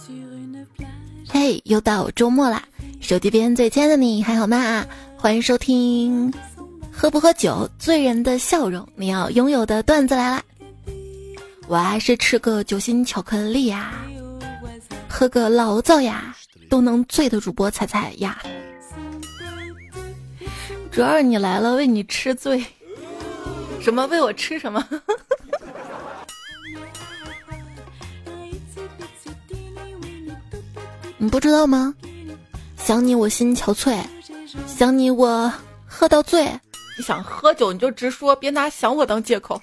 嘿，又到周末啦！手机边最亲爱的你还好吗？欢迎收听喝不喝酒醉人的笑容，你要拥有的段子来啦！我还是吃个酒心巧克力呀，喝个醪糟呀，都能醉的主播彩彩呀。主要是你来了，为你吃醉。什么为我吃什么？你不知道吗？想你我心憔悴，想你我喝到醉。你想喝酒你就直说，别拿想我当借口。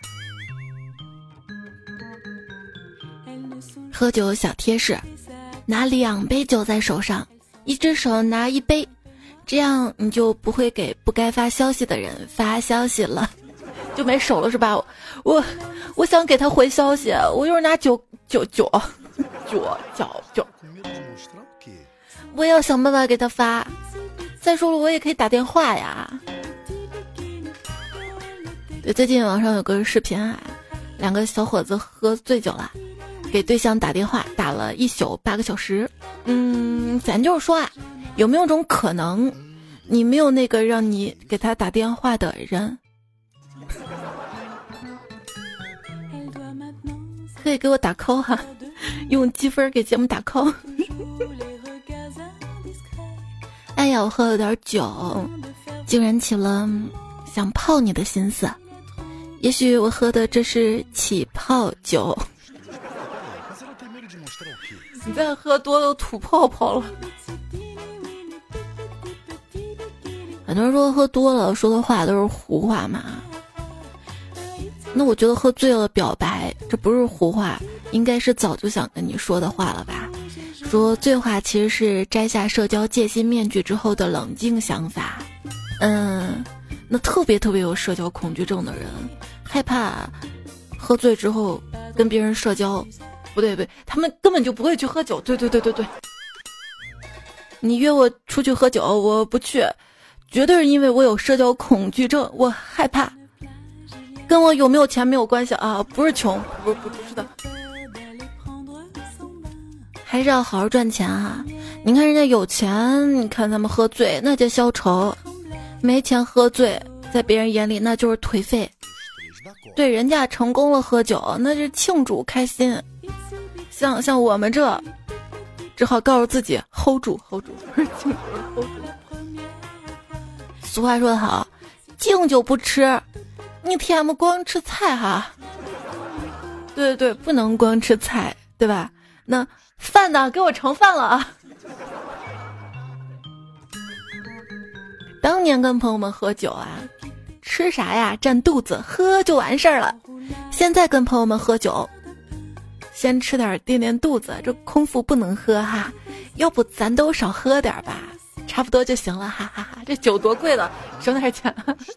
喝酒小贴士，拿2杯酒在手上，一只手拿1杯，这样你就不会给不该发消息的人发消息了，就没手了是吧？我想给他回消息，我就是拿酒，我也要想办法给他发。再说了，我也可以打电话呀。对，最近网上有个视频啊，2个小伙子喝醉酒了，给对象打电话，打了1宿8个小时。咱就是说啊，有没有种可能，你没有那个让你给他打电话的人？可以给我打 call 哈，用积分给节目打 call。哎呀，我喝了点酒，竟然起了想泡你的心思。也许我喝的这是起泡酒。你再喝多了吐泡泡了。很多人说喝多了说的话都是胡话嘛，那我觉得喝醉了表白这不是胡话，应该是早就想跟你说的话了吧。说醉话其实是摘下社交戒心面具之后的冷静想法。那特别有社交恐惧症的人，害怕喝醉之后跟别人社交，不对，他们根本就不会去喝酒。对，你约我出去喝酒我不去，绝对是因为我有社交恐惧症，我害怕，跟我有没有钱没有关系啊，不是穷，不是的，还是要好好赚钱啊！你看人家有钱，你看他们喝醉那叫消愁，没钱喝醉，在别人眼里那就是颓废。对，人家成功了喝酒，那是庆祝开心。像我们这，只好告诉自己 hold 住，不是庆祝 hold 住。俗话说得好，敬酒不吃，你天嘛光吃菜哈。对，不能光吃菜，对吧？那饭呢？给我盛饭了啊！当年跟朋友们喝酒啊，吃啥呀？占肚子，喝就完事儿了。现在跟朋友们喝酒，先吃点垫垫肚子，这空腹不能喝哈。要不咱都少喝点吧，差不多就行了，哈哈哈。这酒多贵了，省点钱。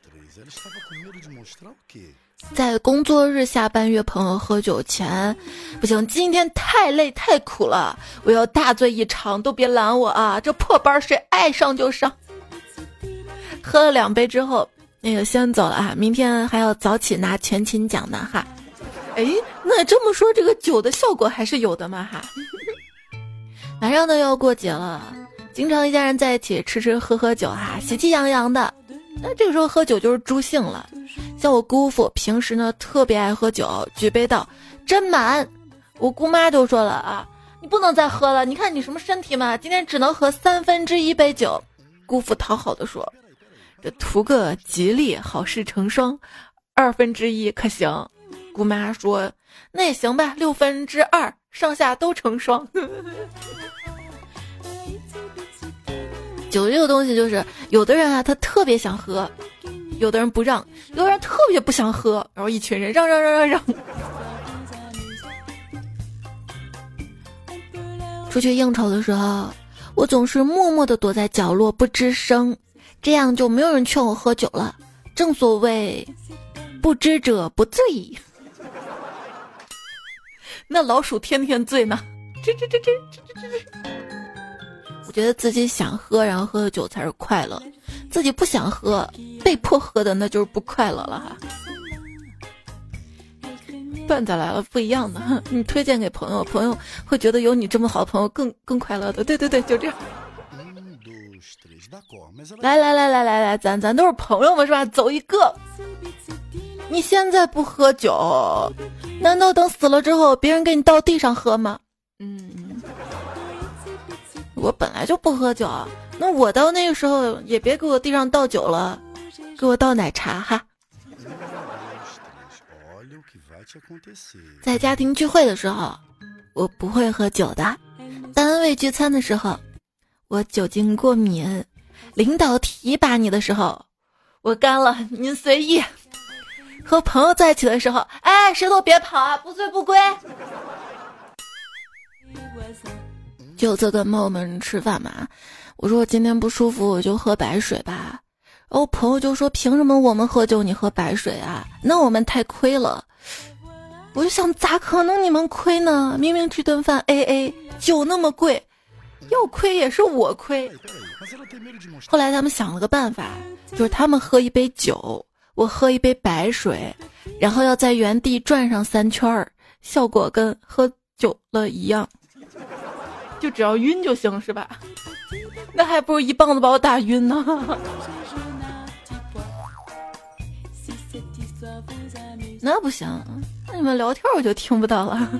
在工作日下班约朋友喝酒前，不行，今天太累太苦了，我要大醉一场，都别拦我啊！这破班谁爱上就上。喝了2杯之后，那个先走了啊，明天还要早起拿全勤奖呢哈。那这么说，这个酒的效果还是有的嘛哈。马上都要过节了，经常一家人在一起吃喝酒哈，喜气洋洋的。那这个时候喝酒就是助兴了。像我姑父平时呢特别爱喝酒，举杯道斟满。我姑妈就说了啊，你不能再喝了，你看你什么身体嘛，今天只能喝1/3杯酒。姑父讨好的说，这图个吉利，好事成双，1/2可行？姑妈说那也行吧，2/6，上下都成双。酒这个东西就是有的人啊他特别想喝，有的人不让，有的人特别不想喝，然后一群人让。出去应酬的时候，我总是默默地躲在角落不吱声，这样就没有人劝我喝酒了。正所谓不知者不醉。那老鼠天天醉呢，这我觉得自己想喝然后喝的酒才是快乐，自己不想喝被迫喝的那就是不快乐了哈。 段子来了，不一样的，你推荐给朋友，朋友会觉得有你这么好的朋友更快乐的。对对对，就这样。来，咱都是朋友嘛，是吧？走一个。你现在不喝酒，难道等死了之后别人给你倒地上喝吗？我本来就不喝酒，那我到那个时候也别给我地上倒酒了，给我倒奶茶哈。在家庭聚会的时候，我不会喝酒的；单位聚餐的时候，我酒精过敏；领导提拔你的时候，我干了，您随意；和朋友在一起的时候，哎，谁都别跑啊，不醉不归。就这跟朋友们吃饭嘛，我说我今天不舒服，我就喝白水吧。然后朋友就说，凭什么我们喝酒你喝白水啊？那我们太亏了。我就想，咋可能你们亏呢？明明这顿饭 AA， 酒那么贵，要亏也是我亏。后来他们想了个办法，就是他们喝一杯酒，我喝一杯白水，然后要在原地转上3圈，效果跟喝酒了一样，就只要晕就行，是吧？那还不如一棒子把我打晕呢。那不行，那你们聊天我就听不到了。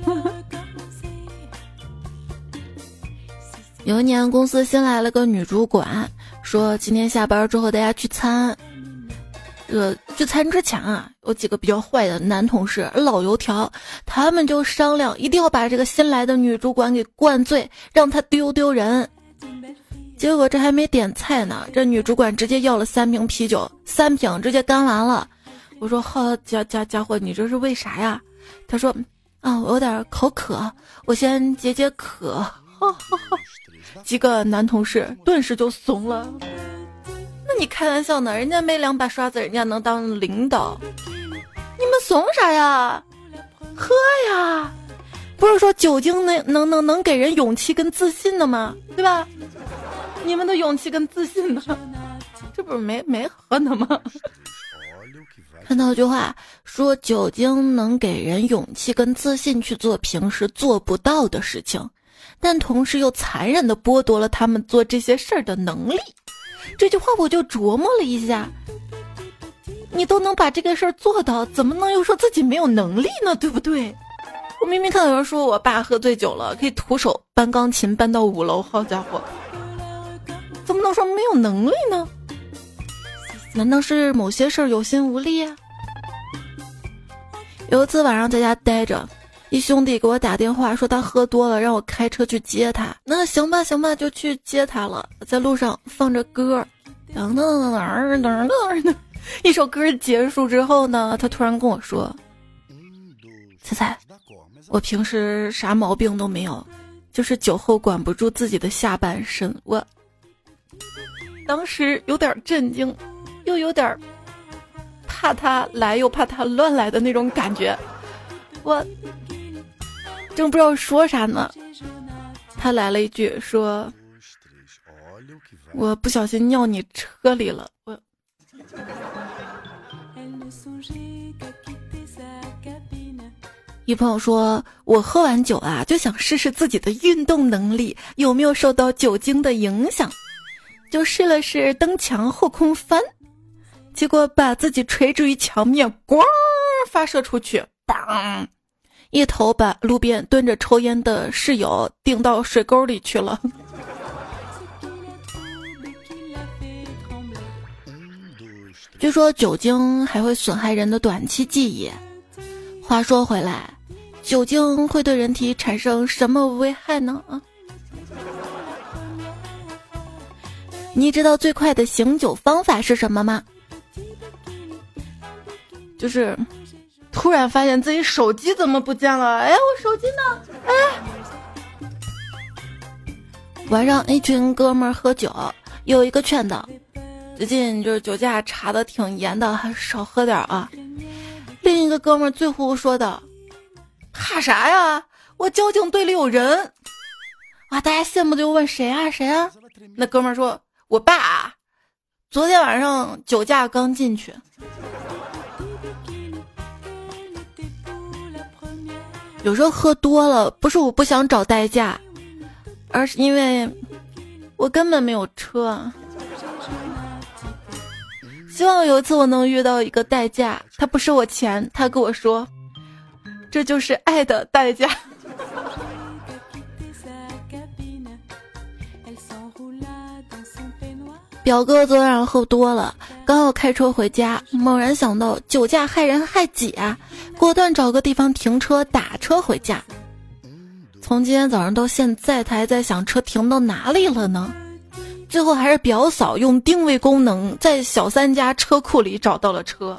有一年公司新来了个女主管，说今天下班之后大家聚餐。聚餐之前啊，有几个比较坏的男同事老油条，他们就商量一定要把这个新来的女主管给灌醉，让她丢人。结果这还没点菜呢，这女主管直接要了3瓶啤酒，3瓶直接干完了。我说好家伙，你这是为啥呀？他说啊，我有点口渴，我先解渴。几个男同事顿时就怂了。那你开玩笑呢？人家没2把刷子，人家能当领导，你们怂啥呀？喝呀！不是说酒精能给人勇气跟自信的吗？对吧？你们的勇气跟自信呢？这不是没喝的吗？看到一句话说，酒精能给人勇气跟自信去做平时做不到的事情，但同时又残忍地剥夺了他们做这些事儿的能力。这句话我就琢磨了一下，你都能把这个事儿做到，怎么能又说自己没有能力呢？对不对？我明明看到有人说我爸喝醉酒了，可以徒手搬钢琴搬到5楼，好家伙，怎么能说没有能力呢？难道是某些事儿有心无力啊？有一次晚上在家待着，一兄弟给我打电话说他喝多了，让我开车去接他。那行吧，就去接他了。在路上放着歌，噔噔噔噔噔噔，一首歌结束之后呢，他突然跟我说：“彩，我平时啥毛病都没有，就是酒后管不住自己的下半身。”我当时有点震惊，又有点怕他来又怕他乱来的那种感觉。我正不知道说啥呢，他来了一句说：“我不小心尿你车里了。”一朋友说，我喝完酒啊，就想试试自己的运动能力有没有受到酒精的影响，就试了试蹬墙后空翻，结果把自己垂直于墙面，咣发射出去，砰，一头把路边蹲着抽烟的室友顶到水沟里去了。据说酒精还会损害人的短期记忆。话说回来，酒精会对人体产生什么危害呢？你知道最快的醒酒方法是什么吗？就是突然发现自己手机怎么不见了？哎，我手机呢？哎，晚上一群哥们儿喝酒，有一个劝导，最近就是酒驾查的挺严的，还少喝点啊。另一个哥们儿最乎说道：“怕啥呀？我交警队里有人。”哇，大家羡慕的就问谁啊？那哥们儿说：“我爸，昨天晚上酒驾刚进去。” 有时候喝多了，不是我不想找代驾，而是因为我根本没有车。希望有一次我能遇到一个代驾，他不是我钱，他跟我说，这就是爱的代价。表哥昨晚喝多了，刚要开车回家，猛然想到酒驾害人害己啊，果断找个地方停车打车回家。从今天早上到现在，他还在想车停到哪里了呢？最后还是表嫂用定位功能在小三家车库里找到了车。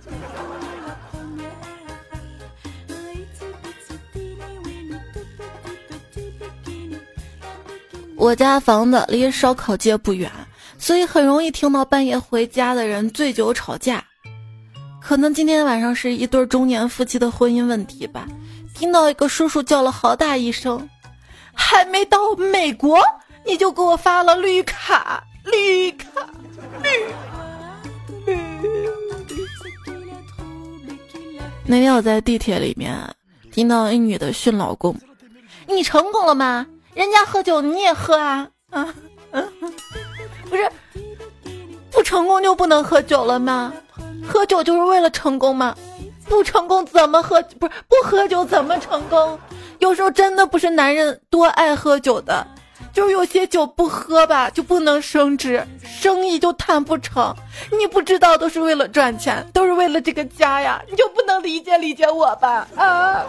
我家房子离烧烤街不远，所以很容易听到半夜回家的人醉酒吵架。可能今天晚上是一对中年夫妻的婚姻问题吧。听到一个叔叔叫了好大一声，还没到美国你就给我发了绿卡。那天我在地铁里面听到一女的训老公，你成功了吗？人家喝酒你也喝啊？不是不成功就不能喝酒了吗？喝酒就是为了成功吗？不成功怎么喝？不是不喝酒怎么成功？有时候真的不是男人多爱喝酒的，就是有些酒不喝吧就不能升职，生意就谈不成。你不知道都是为了赚钱，都是为了这个家呀，你就不能理解我吧？啊！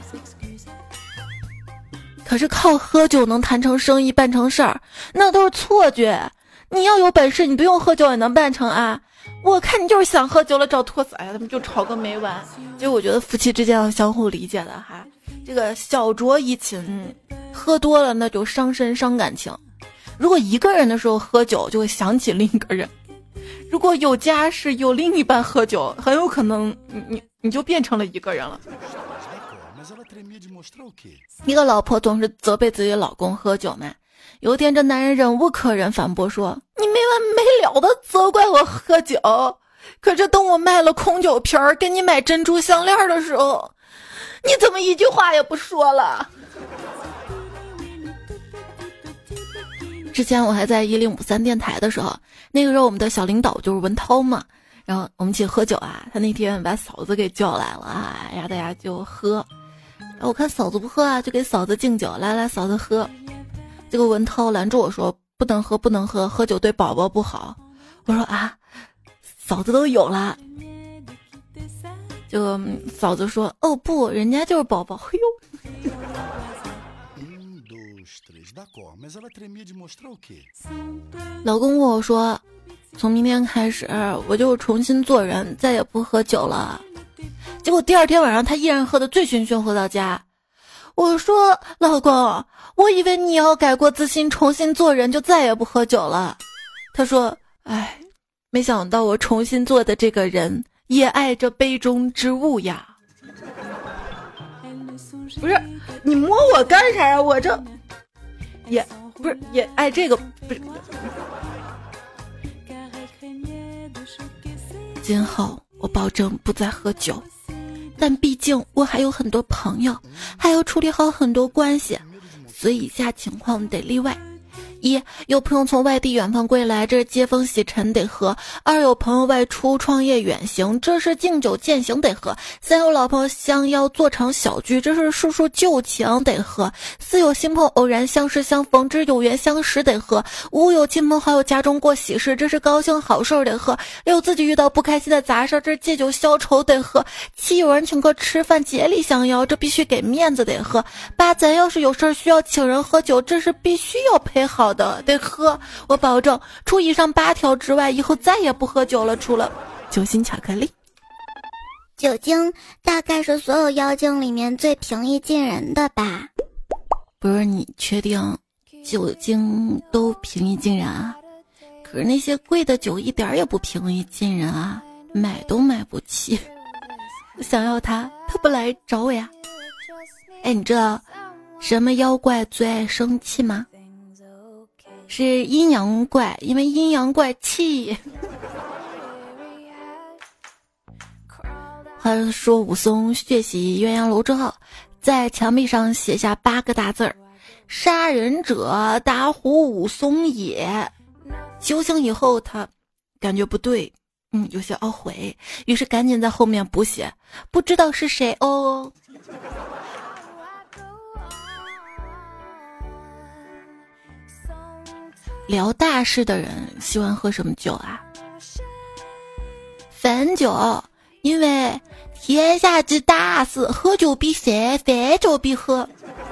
可是靠喝酒能谈成生意办成事儿，那都是错觉。你要有本事你不用喝酒也能办成啊。我看你就是想喝酒了找托死，哎呀他们就吵个没完。其实我觉得夫妻之间要相互理解的哈，这个小酌怡情，喝多了那就伤身伤感情。如果一个人的时候喝酒就会想起另一个人，如果有家室有另一半喝酒，很有可能你就变成了一个人了。一个老婆总是责备自己老公喝酒嘛，有一天这男人忍无可忍反驳说，你没完没了的责怪我喝酒，可是等我卖了空酒瓶儿给你买珍珠项链的时候，你怎么一句话也不说了？之前我还在1053电台的时候，那个时候我们的小领导就是文涛嘛，然后我们一起喝酒啊，他那天把嫂子给叫来了啊，然后大家就喝，然后我看嫂子不喝啊，就给嫂子敬酒，来嫂子喝。这个文涛拦住我说，不能喝，喝酒对宝宝不好。我说啊，嫂子都有了。就嫂子说，哦不，人家就是宝宝。嘿呦，老公跟我说，从明天开始我就重新做人，再也不喝酒了。结果第二天晚上他依然喝得醉醺醺回到家。我说老公，我以为你要改过自新重新做人就再也不喝酒了。他说，哎，没想到我重新做的这个人也爱这杯中之物呀。不是你摸我干啥呀？我这也不是也爱这个不是。今后我保证不再喝酒，但毕竟我还有很多朋友，还要处理好很多关系，所以以下情况得例外。一，有朋友从外地远方归来，这是接风洗尘得喝；二，有朋友外出创业远行，这是敬酒践行得喝；三，有老朋友相邀做场小聚，这是述旧情得喝；四，有新朋友偶然相识相逢，这是有缘相识得喝；五，有亲朋好友家中过喜事，这是高兴好事得喝；六，自己遇到不开心的杂事，这是借酒消愁得喝；七，有人请客吃饭竭力相邀，这必须给面子得喝；八，咱要是有事需要请人喝酒，这是必须要陪好的得喝。我保证除以上8条之外，以后再也不喝酒了，除了酒心巧克力。 酒精大概是所有妖精里面最平易近人的吧？ 不是，你确定酒精都平易近人啊？可是那些贵的酒一点也不平易近人啊，买都买不起。想要它不来找我呀。哎，你知道什么妖怪最爱生气吗？是阴阳怪，因为阴阳怪气。话说武松血洗鸳鸯楼之后， 在墙壁上写下8个大字儿：杀人者打虎武松也。修行以后他感觉不对，有些懊悔，于是赶紧在后面补写，不知道是谁哦。聊大事的人喜欢喝什么酒啊？汾酒，因为天下之大事，喝酒必谢，饭酒必喝。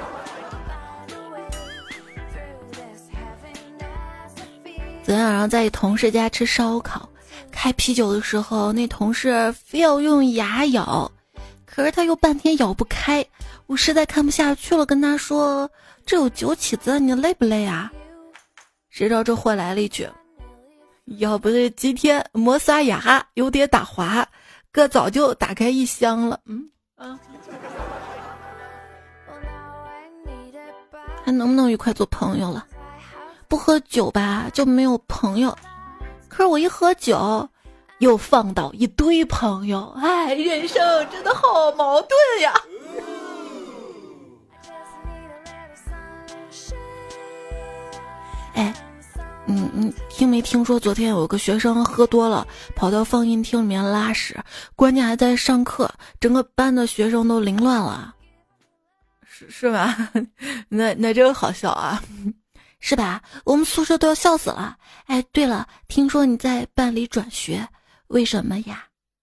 昨天晚上在同事家吃烧烤，开啤酒的时候，那同事非要用牙咬，可是他又半天咬不开，我实在看不下去了，跟他说：“这有酒起子，你累不累啊？”谁知道这货来了一句：“要不是今天没刷牙，有点打滑，哥早就打开一箱了。”还能不能愉快做朋友了？不喝酒吧就没有朋友，可是我一喝酒又放倒一堆朋友，人生真的好矛盾呀。你听没听说昨天有个学生喝多了跑到放映厅里面拉屎，关键还在上课，整个班的学生都凌乱了，是吧？那这个好笑啊，是吧？我们宿舍都要笑死了。对了，听说你在办理转学，为什么呀？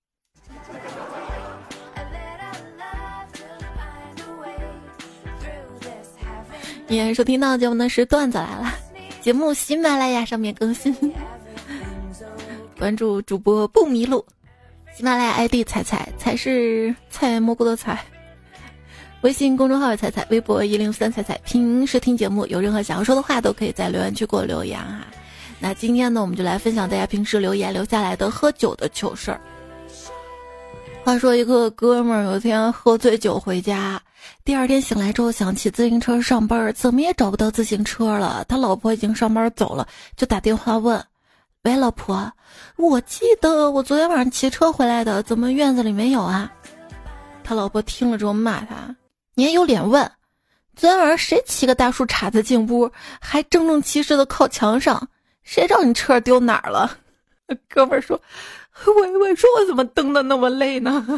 你也收听到节目的是段子来了，节目喜马拉雅上面更新，关注主播不迷路，喜马拉雅 ID 彩彩，彩是菜蘑菇的彩，微信公众号彩彩，微博103彩彩，平时听节目有任何想要说的话都可以在留言区给我留言哈。那今天呢，我们就来分享大家平时留言留下来的喝酒的糗事儿。话说一个哥们儿有一天喝醉酒回家，第二天醒来之后想骑自行车上班，怎么也找不到自行车了，他老婆已经上班走了，就打电话问：“喂，老婆，我记得我昨天晚上骑车回来的，怎么院子里没有啊？”他老婆听了之后骂他：“你也有脸问？昨天晚上谁骑个大树杈子进屋，还郑重其事的靠墙上？谁知道你车丢哪儿了？”哥们儿说：“我说我怎么蹬的那么累呢？”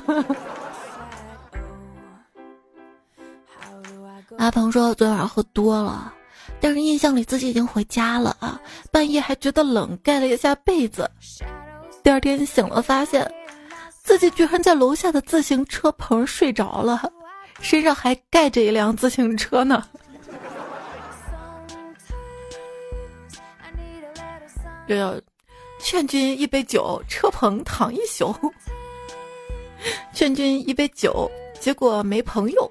阿鹏说昨天晚上喝多了，但是印象里自己已经回家了啊，半夜还觉得冷，盖了一下被子。第二天醒了，发现自己居然在楼下的自行车棚睡着了，身上还盖着一辆自行车呢。这要劝君一杯酒，车棚躺一宿。劝君一杯酒，结果没朋友。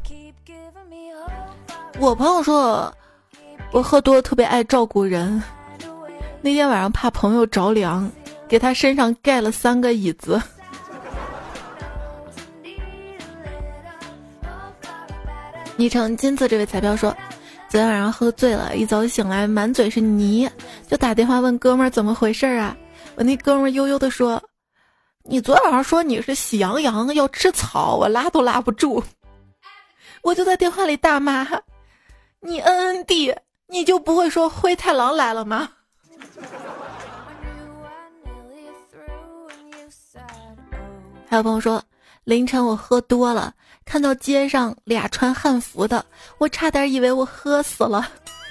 我朋友说我喝多特别爱照顾人，那天晚上怕朋友着凉，给他身上盖了3个椅子。昵称金子这位彩票说，昨天晚上喝醉了，一早醒来满嘴是泥，就打电话问哥们儿怎么回事啊。我那哥们儿悠悠地说，你昨晚上说你是喜羊羊要吃草，我拉都拉不住。我就在电话里大骂，你NND 你就不会说灰太狼来了吗？还有朋友说，凌晨我喝多了，看到街上俩穿汉服的，我差点以为我喝死了。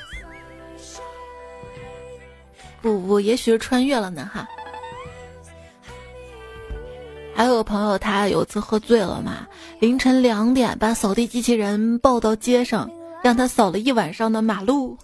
不，也许是穿越了呢哈。还有个朋友，他有次喝醉了嘛，凌晨2点把扫地机器人抱到街上，让他扫了一晚上的马路。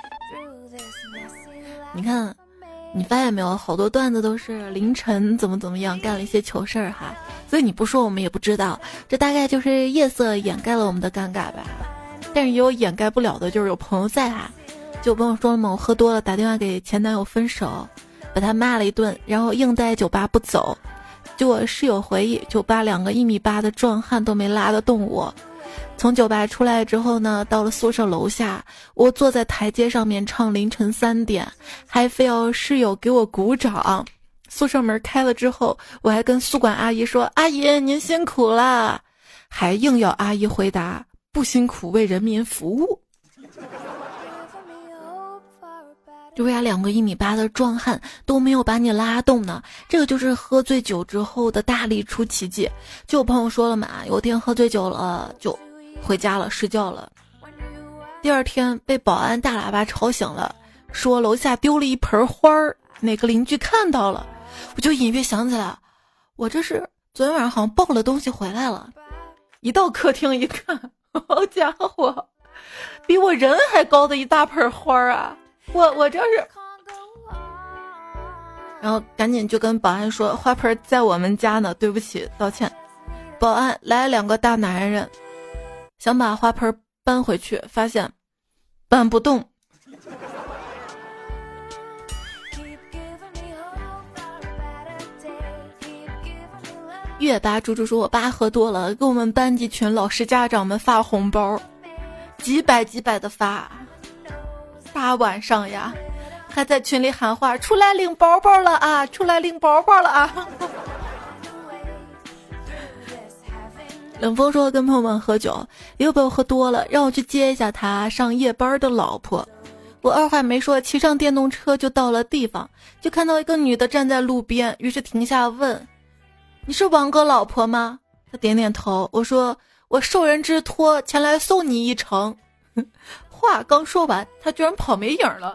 你看，你发现没有，好多段子都是凌晨怎么样干了一些糗事儿哈，所以你不说我们也不知道，这大概就是夜色掩盖了我们的尴尬吧。但是也有掩盖不了的，就是有朋友在哈。就有朋友说了嘛，我喝多了打电话给前男友分手，把他骂了一顿，然后硬待酒吧不走。就我室友回忆，酒吧2个1.8米的壮汉都没拉得动我。从酒吧出来之后呢，到了宿舍楼下，我坐在台阶上面唱凌晨3点，还非要室友给我鼓掌。宿舍门开了之后，我还跟宿管阿姨说，阿姨您辛苦了，还硬要阿姨回答不辛苦为人民服务。就为啥2个1.8米的壮汉都没有把你拉动呢？这个就是喝醉酒之后的大力出奇迹。就我朋友说了嘛，有天喝醉酒了就回家了，睡觉了。第二天被保安大喇叭吵醒了，说楼下丢了一盆花儿，哪个邻居看到了。我就隐约想起来，我这是昨天晚上好像抱了东西回来了。一到客厅一看，好家伙，比我人还高的一大盆花啊！我这是，然后赶紧就跟保安说，花盆在我们家呢，对不起，道歉。保安来了2个大男人，想把花盆搬回去，发现搬不动。月巴猪猪说，我爸喝多了，给我们班级群老师家长们发红包，几百的发。大晚上呀，还在群里喊话，出来领包包了啊，出来领包包了啊。冷风说，跟朋友们喝酒，一个朋友喝多了，让我去接一下他上夜班的老婆。我二话没说，骑上电动车就到了地方，就看到一个女的站在路边，于是停下问，你是王哥老婆吗？他点点头。我说，我受人之托前来送你一程。话刚说完，他居然跑没影了。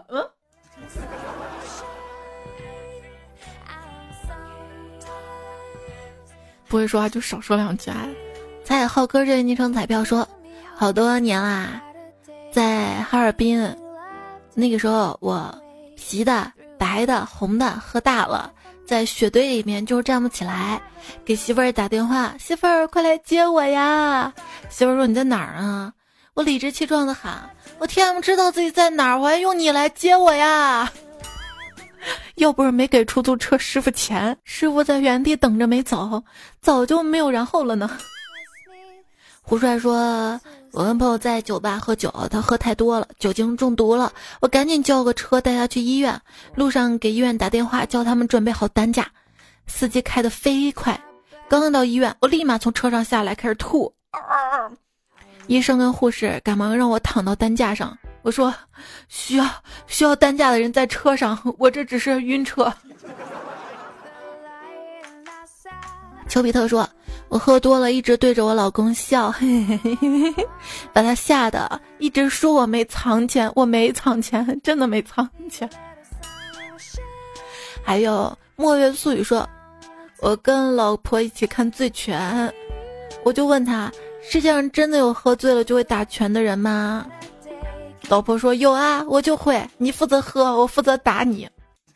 不会说话就少说2句啊。蔡浩哥这昵称彩票说，好多年啦，在哈尔滨，那个时候我皮的、白的、红的喝大了，在雪堆里面就是站不起来，给媳妇儿打电话，媳妇儿快来接我呀。媳妇儿说，你在哪儿啊？我理直气壮的喊，我天，知道自己在哪儿，我还用你来接我呀。要不是没给出租车师傅钱，师傅在原地等着没走，早就没有然后了呢。胡帅说，我跟朋友在酒吧喝酒，他喝太多了，酒精中毒了，我赶紧叫个车带他去医院，路上给医院打电话叫他们准备好担架，司机开得飞快，刚到医院我立马从车上下来开始吐，医生跟护士赶忙让我躺到担架上，我说需要担架的人在车上，我这只是晕车。丘比特说，我喝多了一直对着我老公笑，嘿嘿嘿嘿，把他吓得一直说我没藏钱，我没藏钱，真的没藏钱。还有墨月素语说，我跟老婆一起看醉拳，我就问他，世界上真的有喝醉了就会打拳的人吗？老婆说，有啊，我就会，你负责喝，我负责打你。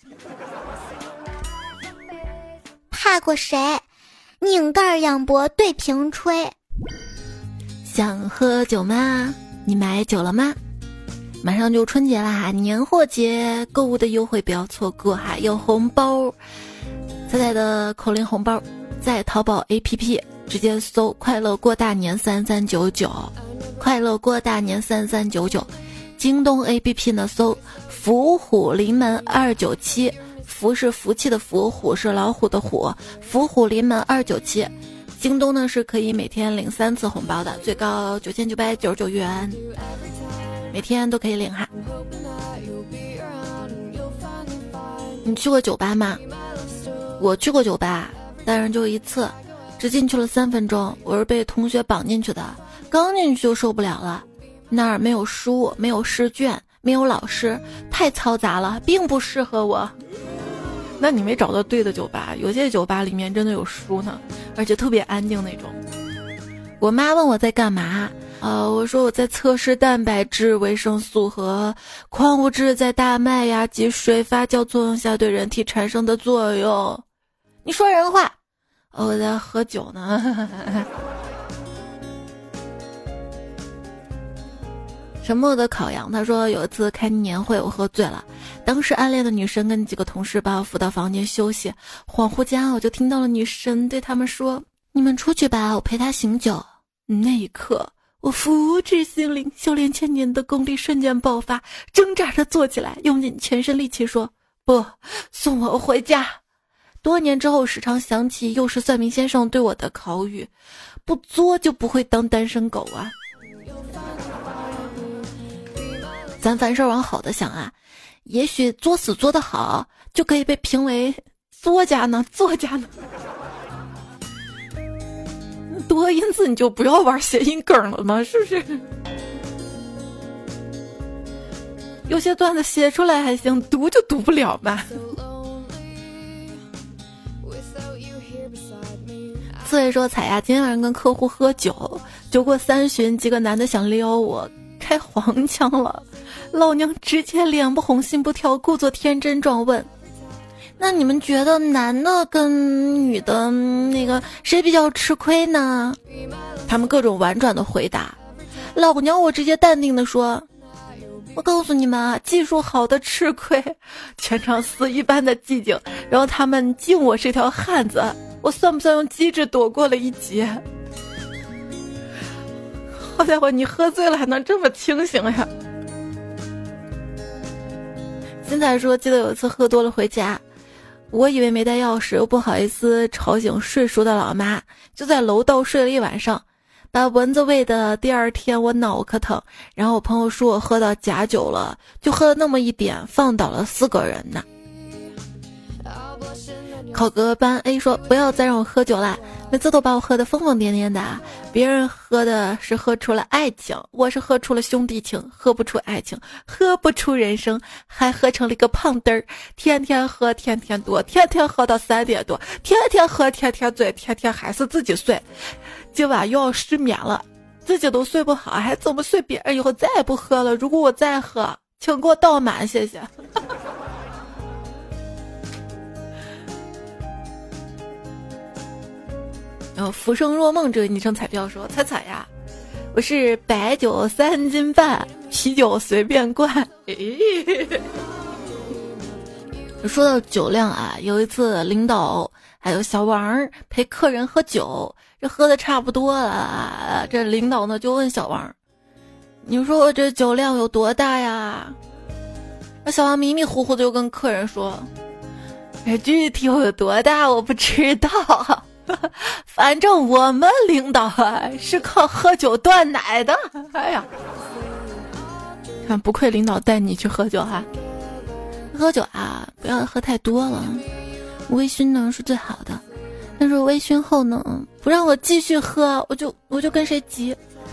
怕过谁？拧盖仰脖对瓶吹。 想喝酒吗？你买酒了吗？马上就春节啦，年货节购物的优惠不要错过哈，有红包，彩彩的口令红包，在淘宝 APP 直接搜快乐过大年3399，快乐过大年3399，京东 APP 呢搜伏虎临门297，福是福气的福，虎是老虎的虎，伏虎临门297。京东呢是可以每天领3次红包的，最高9999元，每天都可以领哈。你去过酒吧吗？我去过酒吧，但是就一次，只进去了3分钟，我是被同学绑进去的，刚进去就受不了了，那儿没有书，没有试卷，没有老师，太嘈杂了，并不适合我。那你没找到对的酒吧，有些酒吧里面真的有书呢，而且特别安静那种。我妈问我在干嘛，我说我在测试蛋白质、维生素和矿物质在大麦芽及水发酵作用下对人体产生的作用。你说人话，我在喝酒呢。沉默的烤羊他说，有一次开年会我喝醉了，当时暗恋的女生跟几个同事把我扶到房间休息，恍惚间我就听到了女神对他们说，你们出去吧，我陪她醒酒。那一刻我福至心灵，修炼1000年的功力瞬间爆发，挣扎着坐起来，用尽全身力气说，不，送我回家。多年之后时常想起幼时算命先生对我的考语，不作就不会当单身狗啊。 咱凡事往好的想啊，也许作死做得好，就可以被评为作家呢。多音字你就不要玩谐音梗了吗？是不是？有些段子写出来还行，读就读不了嘛。刺猬说：彩呀，今天晚上跟客户喝酒，酒过三巡，几个男的想撩我，开黄腔了。老娘直接脸不红心不跳，故作天真状问：那你们觉得男的跟女的那个谁比较吃亏呢？他们各种婉转的回答。老娘我直接淡定的说：我告诉你们啊，技术好的吃亏。全场死一般的寂静，然后他们敬我是条汉子，我算不算用机智躲过了一劫？好家伙，你喝醉了还能这么清醒呀？现在说，记得有一次喝多了回家，我以为没带钥匙，又不好意思吵醒睡熟的老妈，就在楼道睡了一晚上，把蚊子喂的第二天我脑壳疼。然后我朋友说我喝到假酒了，就喝了那么一点，放倒了4个人呢。考格班 A 说：不要再让我喝酒啦，每次都把我喝得疯疯癫癫的。别人喝的是喝出了爱情，我是喝出了兄弟情，喝不出爱情，喝不出人生，还喝成了一个胖墩儿。天天喝，天天多，天天喝到3点多，天天喝，天天醉，天天还是自己睡。今晚又要失眠了，自己都睡不好，还怎么睡别人？以后再也不喝了。如果我再喝，请给我倒满，谢谢。浮生若梦这个昵称彩票说：彩彩呀，我是白酒3斤半，啤酒随便灌。说到酒量啊，有一次领导还有小王陪客人喝酒，这喝的差不多了，这领导呢就问小王：你说我这酒量有多大呀？那小王迷迷糊糊的就跟客人说：具体有多大我不知道，反正我们领导是靠喝酒断奶的。哎呀，看不愧领导带你去喝酒哈。喝酒啊，不要喝太多了，微醺呢是最好的，但是微醺后呢，不让我继续喝，我就跟谁急。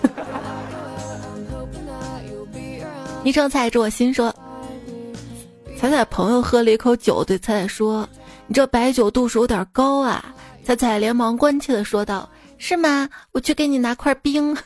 昵称彩着我心说，彩彩朋友喝了一口酒，对彩彩说：你这白酒度数有点高啊。彩彩连忙关切地说道：是吗？我去给你拿块冰。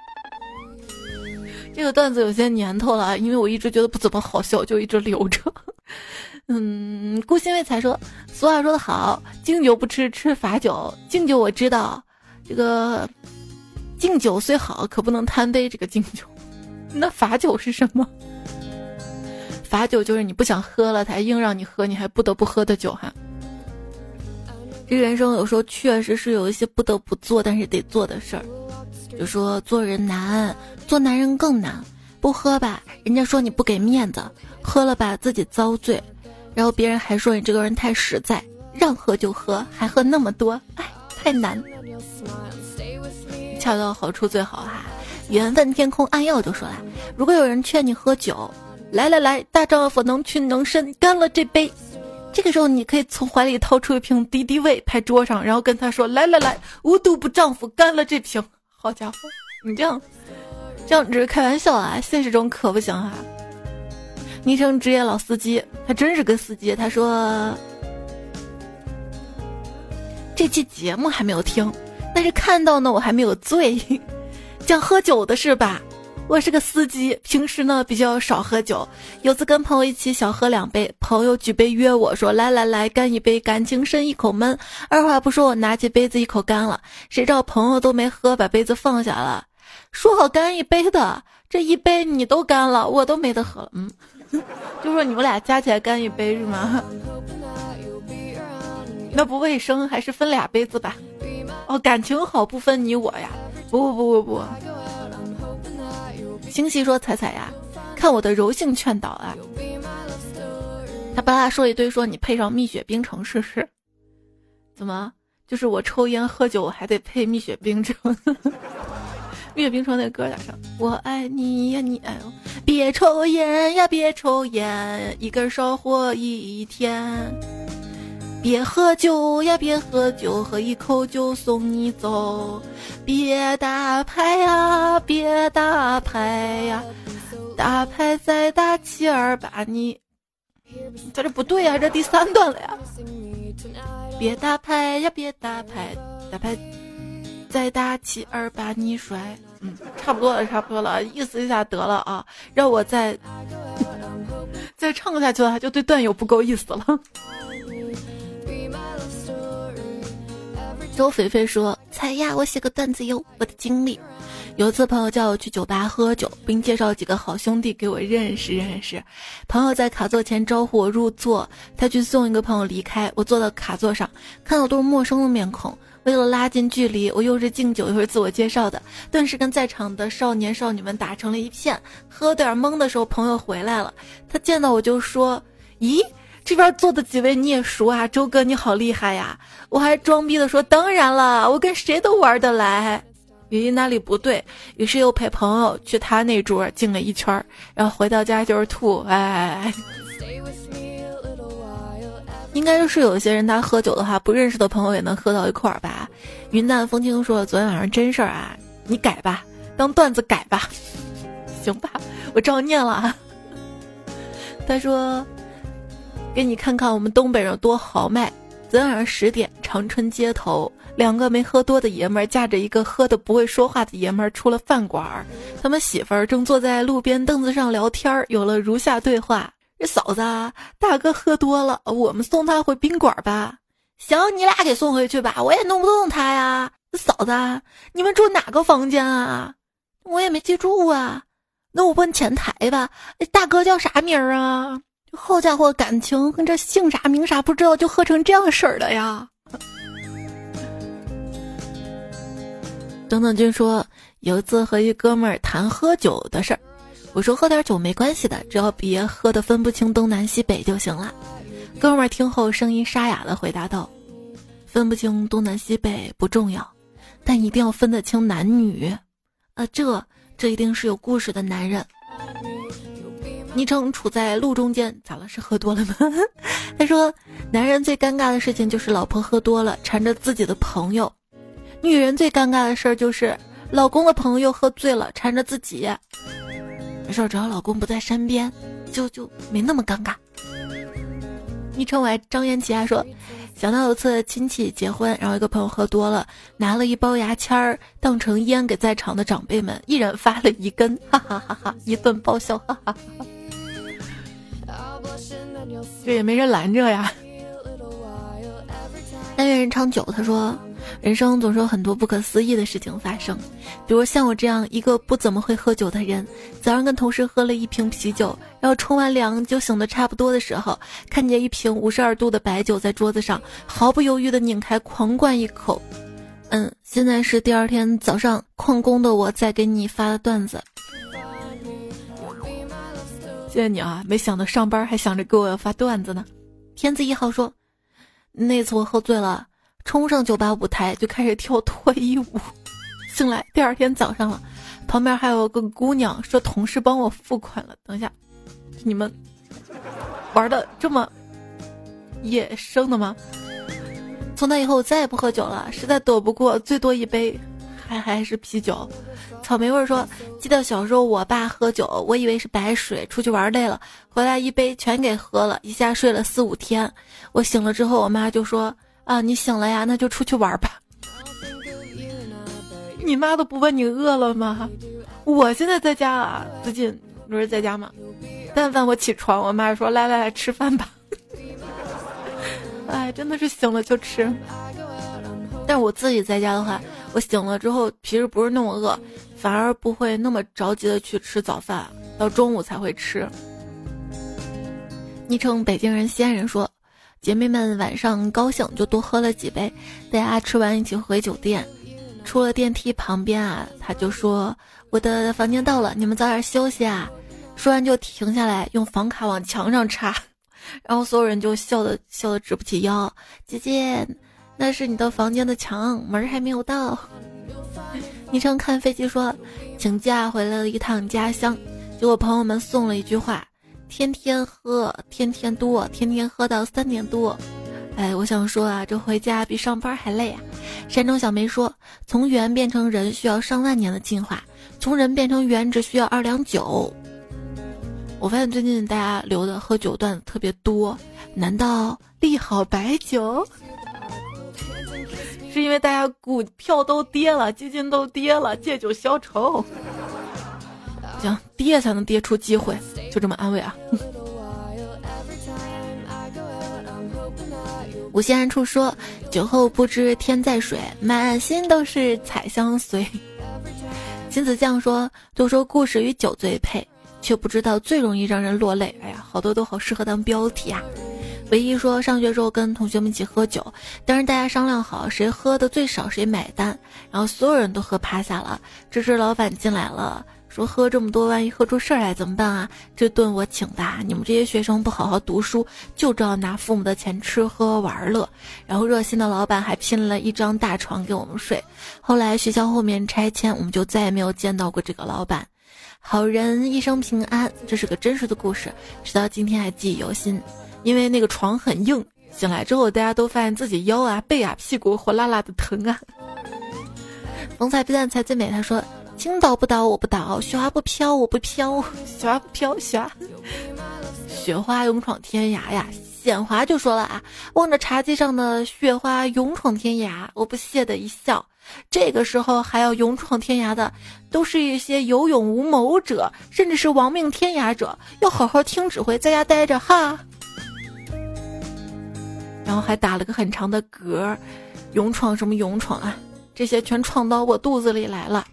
这个段子有些年头了，因为我一直觉得不怎么好笑，就一直留着。顾新卫才说，俗话说得好，敬酒不吃吃罚酒。敬酒我知道，这个敬酒虽好，可不能贪杯这个敬酒。那罚酒是什么？罚酒就是你不想喝了，他硬让你喝，你还不得不喝的酒哈。这人生有时候确实是有一些不得不做但是得做的事儿，就说做人难，做男人更难。不喝吧，人家说你不给面子；喝了吧，自己遭罪，然后别人还说你这个人太实在，让喝就喝，还喝那么多，哎，太难。恰到好处最好哈。缘分天空暗耀就说了，如果有人劝你喝酒，来来来，大丈夫能屈能伸，干了这杯。这个时候你可以从怀里掏出一瓶敌敌畏，拍桌上，然后跟他说：来来来，无毒不丈夫，干了这瓶。好家伙，你这样只是开玩笑啊，现实中可不行啊。昵称职业老司机，他真是个司机。他说这期节目还没有听，但是看到呢我还没有醉。讲喝酒的是吧？我是个司机，平时呢比较少喝酒。有次跟朋友一起小喝2杯，朋友举杯约我说：来来来，干一杯，感情深一口闷。二话不说，我拿起杯子一口干了。谁知道朋友都没喝，把杯子放下了。说好干一杯的，这一杯你都干了，我都没得喝了。就说你们俩加起来干一杯是吗？那不卫生，还是分2杯子吧。哦，感情好不分你我呀？不。星系说：彩彩呀，看我的柔性劝导啊。他巴拉说一堆，说你配上蜜雪冰城试试。怎么？就是我抽烟喝酒还得配蜜雪冰城。蜜雪冰城那歌咋唱？我爱你呀，你爱我，别别抽烟呀别抽烟，一根少活一天。别喝酒呀别喝酒，喝一口就送你走。别打牌呀别打牌呀，打牌再打728你。这不对呀，这第3段了呀。别打牌呀别打牌，打牌再打728你摔。差不多了，意思一下得了啊，让我再唱下去了，就对段友不够意思了。周肥肥说：彩呀，我写个段子哟，我的经历。有一次朋友叫我去酒吧喝酒，并介绍几个好兄弟给我认识。朋友在卡座前招呼我入座，他去送一个朋友离开，我坐到卡座上，看到都是陌生的面孔。为了拉近距离，我又是敬酒又是自我介绍的，顿时跟在场的少年少女们打成了一片。喝点懵的时候，朋友回来了，他见到我就说：咦，这边坐的几位你也熟啊？周哥你好厉害呀！我还装逼的说：当然了，我跟谁都玩得来。原因哪里不对，于是又陪朋友去他那桌敬了一圈，然后回到家就是吐。应该是有些人他喝酒的话，不认识的朋友也能喝到一块儿吧。云淡风轻说昨天晚上真事儿啊，你改吧，当段子改吧。行吧，我照念了。他说给你看看我们东北人有多豪迈。昨天晚上10点，长春街头2个没喝多的爷们儿架着一个喝得不会说话的爷们儿出了饭馆，他们媳妇儿正坐在路边凳子上聊天，有了如下对话：这嫂子啊，大哥喝多了，我们送他回宾馆吧。行，你俩给送回去吧，我也弄不动他呀。嫂子，你们住哪个房间啊？我也没记住啊。那我问前台吧，大哥叫啥名儿啊？好家伙，感情跟这姓啥名啥不知道，就喝成这样式儿的呀。等等君说，有一次和一哥们儿谈喝酒的事儿，我说喝点酒没关系的，只要别喝得分不清东南西北就行了。哥们儿听后声音沙哑地回答道：分不清东南西北不重要，但一定要分得清男女。这一定是有故事的男人。昵称处在路中间，咋了？是喝多了吗？他说，男人最尴尬的事情就是老婆喝多了缠着自己的朋友，女人最尴尬的事儿就是老公的朋友喝醉了缠着自己。没事，只要老公不在身边，就没那么尴尬。昵称为张延奇还说，想到有次亲戚结婚，然后一个朋友喝多了，拿了一包牙签儿当成烟给在场的长辈们，一人发了1根，哈哈哈哈，一顿爆笑，哈哈哈。这也没人拦着呀。但愿人长久，他说，人生总是有很多不可思议的事情发生，比如像我这样一个不怎么会喝酒的人，早上跟同事喝了1瓶啤酒，然后冲完凉就醒得差不多的时候，看见1瓶52度的白酒在桌子上，毫不犹豫地拧开狂灌一口。现在是第2天早上旷工的我在给你发的段子。谢谢你啊，没想到上班还想着给我发段子呢。天字1号说，那次我喝醉了，冲上酒吧舞台就开始跳脱衣舞，醒来第2天早上了，旁边还有个姑娘说同事帮我付款了。等一下，你们玩的这么野生的吗？从那以后我再也不喝酒了，实在躲不过最多1杯还是啤酒。草莓味说，记得小时候我爸喝酒，我以为是白水，出去玩累了，回来1杯全给喝了，一下睡了4、5天。我醒了之后，我妈就说，啊，你醒了呀，那就出去玩吧。你妈都不问你饿了吗？我现在在家啊，最近不是在家吗？但凡我起床，我妈说来吃饭吧。哎，真的是醒了就吃。但我自己在家的话，我醒了之后其实不是那么饿，反而不会那么着急的去吃早饭，到中午才会吃。昵称北京人西安人说，姐妹们晚上高兴就多喝了几杯，大家吃完一起回酒店，出了电梯旁边啊，他就说，我的房间到了，你们早点休息啊。说完就停下来用房卡往墙上插，然后所有人就笑得直不起腰。姐姐，那是你的房间的墙，门还没有到。昵称看飞机说，请假回来了一趟家乡， 结果朋友们送了一句话：天天喝，天天多，天天喝到3点多。我想说啊，这回家比上班还累啊。山中小梅说，从猿变成人需要上万年的进化，从人变成猿只需要2两酒。我发现最近大家留的喝酒段子特别多，难道利好白酒？是因为大家股票都跌了，基金都跌了，借酒消愁。行，跌才能跌出机会，就这么安慰啊。无限暗处说，酒后不知天在水，满心都是彩相随。金子酱说，都说故事与酒最配，却不知道最容易让人落泪。哎呀，好多都好适合当标题啊。唯一说，上学时候跟同学们一起喝酒，但是大家商量好谁喝的最少谁买单，然后所有人都喝趴下了。这时老板进来了，说喝这么多万一喝出事儿来怎么办啊？这顿我请的，你们这些学生不好好读书，就知道拿父母的钱吃喝玩乐。然后热心的老板还拼了一张大床给我们睡。后来学校后面拆迁，我们就再也没有见到过这个老板。好人一生平安，这是个真实的故事，直到今天还记忆犹新。因为那个床很硬，醒来之后大家都发现自己腰啊背啊屁股火辣辣的疼啊。风采必赞才最美，他说，青岛不倒我不倒，雪花不飘我不飘，雪花不飘雪花勇闯天涯呀。显华就说了啊，望着茶几上的雪花勇闯天涯，我不屑的一笑。这个时候还要勇闯天涯的，都是一些有勇无谋者，甚至是亡命天涯者，要好好听指挥，在家待着哈。然后还打了个很长的嗝，勇闯什么勇闯啊，这些全闯到我肚子里来了。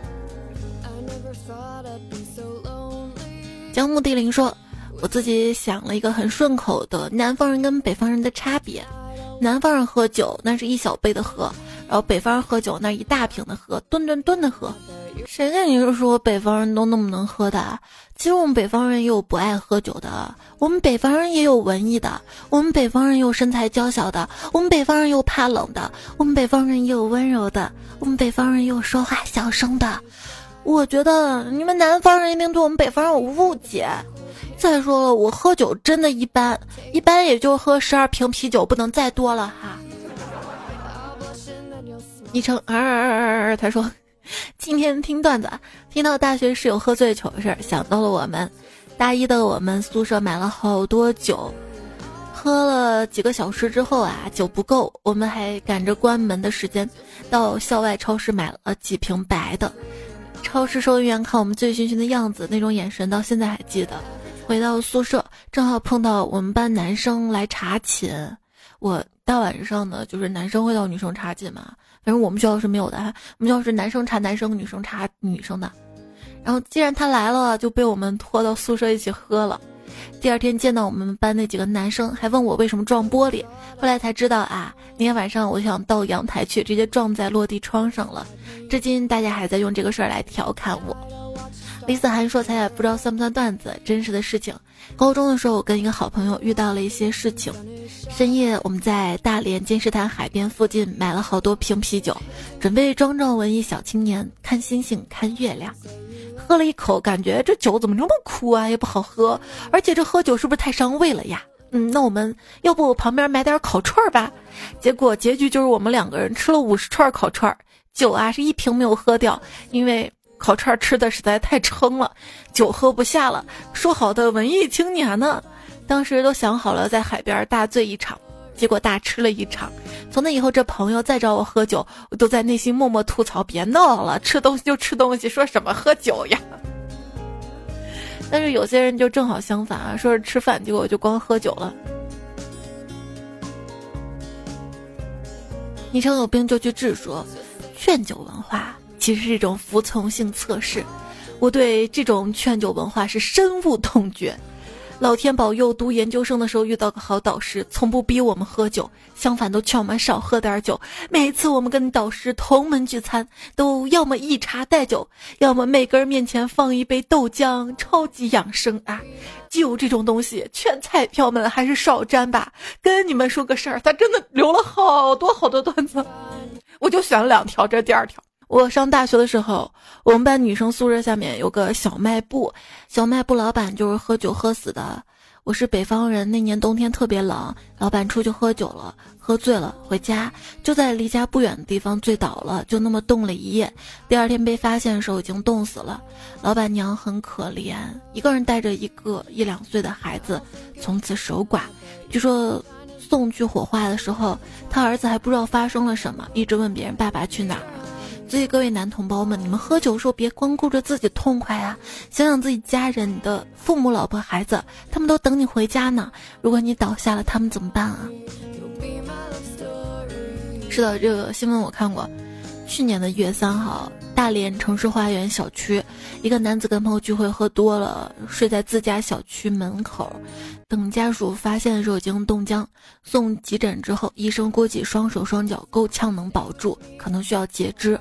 江木地灵说，我自己想了一个很顺口的南方人跟北方人的差别。南方人喝酒那是一小杯的喝，然后北方人喝酒那一大瓶的喝，吨的喝。谁跟你说北方人都那么能喝的啊？其实我们北方人也有不爱喝酒的，我们北方人也有文艺的，我们北方人有身材娇小的，我们北方人有怕冷的，我们北方人也有温柔的，我们北方人也有说话小声的。我觉得你们南方人一定对我们北方人有误解。再说了，我喝酒真的一般也就喝12瓶啤酒，不能再多了哈。昵称他说，今天听段子，听到大学室友喝醉糗的事儿，想到了我们大一的我们宿舍买了好多酒，喝了几个小时之后啊，酒不够，我们还赶着关门的时间到校外超市买了几瓶白的。超市收银员看我们醉醺醺的样子，那种眼神到现在还记得。回到宿舍正好碰到我们班男生来查寝，我大晚上的就是男生会到女生查寝嘛，反正我们学校是没有的，我们学校是男生查男生，女生查女生的。然后既然他来了，就被我们拖到宿舍一起喝了。第二天见到我们班那几个男生，还问我为什么撞玻璃，后来才知道啊，那天晚上我想到阳台去，直接撞在落地窗上了。至今大家还在用这个事儿来调侃我。李子涵说，咱也不知道算不算段子，真实的事情。高中的时候，我跟一个好朋友遇到了一些事情。深夜，我们在大连金石潭海边附近买了好多瓶啤酒，准备装着文艺小青年看星星看月亮。喝了一口，感觉这酒怎么这么苦啊，也不好喝，而且这喝酒是不是太伤胃了呀？那我们要不旁边买点烤串吧？结果结局就是我们2个人吃了50串烤串，酒啊是一瓶没有喝掉，因为烤串吃的实在太撑了，酒喝不下了。说好的文艺青年呢？当时都想好了在海边大醉一场，结果大吃了一场。从那以后，这朋友再找我喝酒，我都在内心默默吐槽，别闹了，吃东西就吃东西，说什么喝酒呀。但是有些人就正好相反啊，说是吃饭，结果就光喝酒了。昵称有病就去治说，劝酒文化其实是一种服从性测试，我对这种劝酒文化是深恶痛绝。老天保佑，读研究生的时候遇到个好导师，从不逼我们喝酒，相反都劝我们少喝点酒。每一次我们跟导师同门聚餐，都要么一茶带酒，要么每个人面前放一杯豆浆，超级养生啊！酒这种东西，劝彩票们还是少沾吧。跟你们说个事儿，他真的留了好多段子，我就选了2条，这是第2条。 我上大学的时候，我们班女生宿舍下面有个小卖部，小卖部老板就是喝酒喝死的。我是北方人，那年冬天特别冷，老板出去喝酒了，喝醉了回家，就在离家不远的地方醉倒了，就那么冻了一夜。第二天被发现的时候已经冻死了。老板娘很可怜，一个人带着一个1-2岁的孩子，从此守寡。据说送去火化的时候，他儿子还不知道发生了什么，一直问别人爸爸去哪儿了。所以各位男同胞们，你们喝酒的时候别光顾着自己痛快啊，想想自己家人、你的父母、老婆、孩子，他们都等你回家呢。如果你倒下了，他们怎么办啊？是的，这个新闻我看过。去年的1月3号，大连城市花园小区，一个男子跟朋友聚会喝多了，睡在自家小区门口，等家属发现的时候已经冻僵。送急诊之后，医生估计双手双脚够呛能保住，可能需要截肢。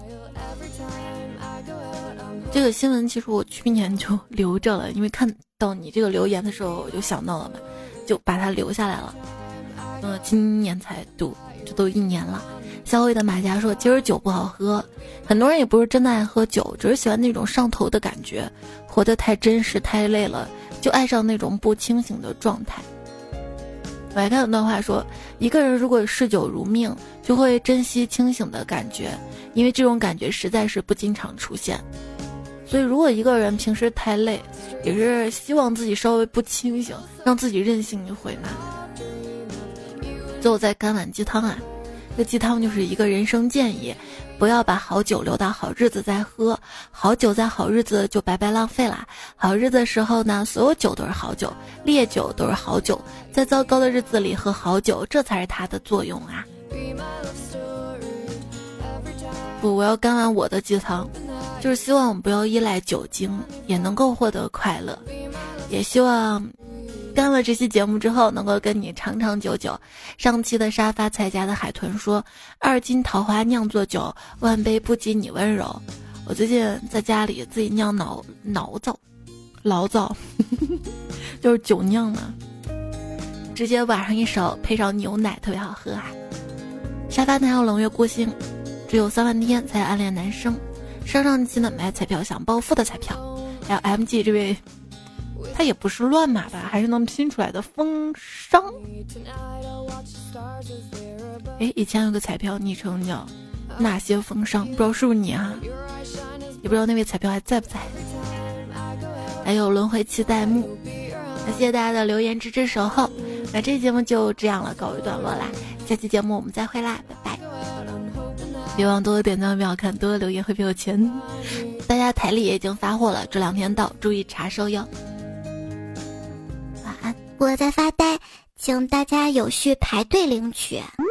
这个新闻其实我去年就留着了，因为看到你这个留言的时候我就想到了嘛，就把它留下来了。今年才读，这都1年了。小伟的马甲说，其实酒不好喝，很多人也不是真的爱喝酒，只是喜欢那种上头的感觉，活得太真实太累了，就爱上那种不清醒的状态。我还看有段话说，一个人如果嗜酒如命，就会珍惜清醒的感觉，因为这种感觉实在是不经常出现。所以如果一个人平时太累，也是希望自己稍微不清醒，让自己任性一回嘛。最后再干碗鸡汤啊，这鸡汤就是一个人生建议，不要把好酒留到好日子再喝，好酒在好日子就白白浪费啦。好日子的时候呢，所有酒都是好酒，烈酒都是好酒，在糟糕的日子里喝好酒，这才是它的作用啊。不，我要干完我的鸡汤，就是希望我们不要依赖酒精，也能够获得快乐，也希望干了这期节目之后能够跟你长长久久。上期的沙发才家的海豚说，2斤桃花酿作酒，万杯不及你温柔。我最近在家里自己酿醪糟就是酒酿嘛，直接晚上一勺配上牛奶特别好喝啊。沙发男友冷月孤星，只有3万天才暗恋男生。上期呢买彩票想暴富的彩票，还有 MG 这位他也不是乱码吧，还是能拼出来的风商。以前有个彩票昵称叫那些风商，不知道是不是你啊，也不知道那位彩票还在不在。还有轮回期待目，那谢谢大家的留言支持守候。那这期节目就这样了，告一段落啦，下期节目我们再会啦，拜拜。别忘多多点赞，别看，多多留言会比我钱。大家台历也已经发货了，这2天到，注意查收哟。 晚安，我在发呆，请大家有序排队领取。